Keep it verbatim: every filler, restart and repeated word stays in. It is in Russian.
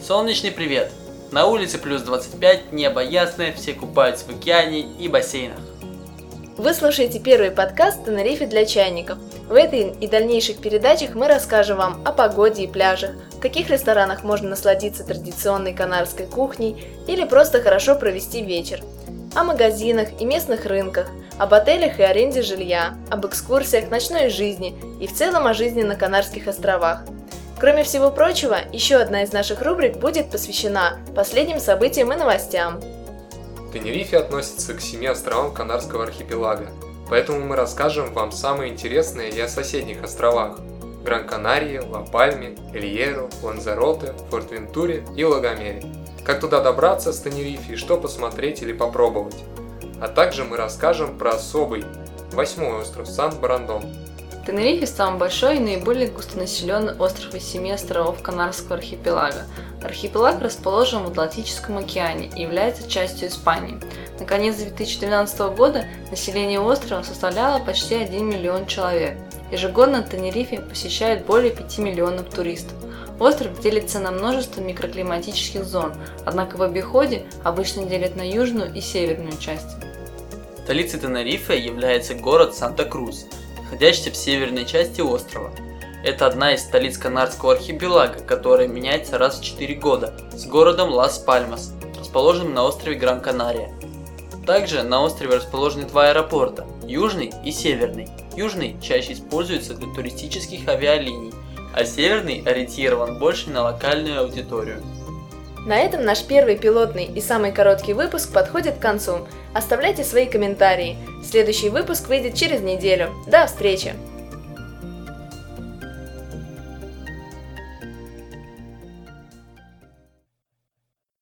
Солнечный привет! На улице плюс двадцать пять, небо ясное, все купаются в океане и бассейнах. Вы слушаете первый подкаст «Тенерифе для чайников». В этой и дальнейших передачах мы расскажем вам о погоде и пляжах, в каких ресторанах можно насладиться традиционной канарской кухней или просто хорошо провести вечер, о магазинах и местных рынках, об отелях и аренде жилья, об экскурсиях, ночной жизни и в целом о жизни на Канарских островах. Кроме всего прочего, еще одна из наших рубрик будет посвящена последним событиям и новостям. Тенерифе относится к семи островам Канарского архипелага, поэтому мы расскажем вам самые интересные и о соседних островах – Гран-Канарии, Ла-Пальме, Эль-Хьерро, Ланзароте, Форт-Вентуре и Ла-Гомере. Как туда добраться с Тенерифе и что посмотреть или попробовать. А также мы расскажем про особый, восьмой остров Сан-Борondон. Тенерифе – самый большой и наиболее густонаселенный остров из семи островов Канарского архипелага. Архипелаг расположен в Атлантическом океане и является частью Испании. На конец две тысячи двенадцатого года население острова составляло почти один миллион человек. Ежегодно Тенерифе посещает более пяти миллионов туристов. Остров делится на множество микроклиматических зон, однако в обиходе обычно делят на южную и северную части. Столицей Тенерифе является город Санта-Крус, находящийся в северной части острова. Это одна из столиц Канарского архипелага, которая меняется раз в четыре года, с городом Лас-Пальмас, расположенным на острове Гран-Канария. Также на острове расположены два аэропорта – Южный и Северный. Южный чаще используется для туристических авиалиний, а Северный ориентирован больше на локальную аудиторию. На этом наш первый пилотный и самый короткий выпуск подходит к концу. Оставляйте свои комментарии. Следующий выпуск выйдет через неделю. До встречи!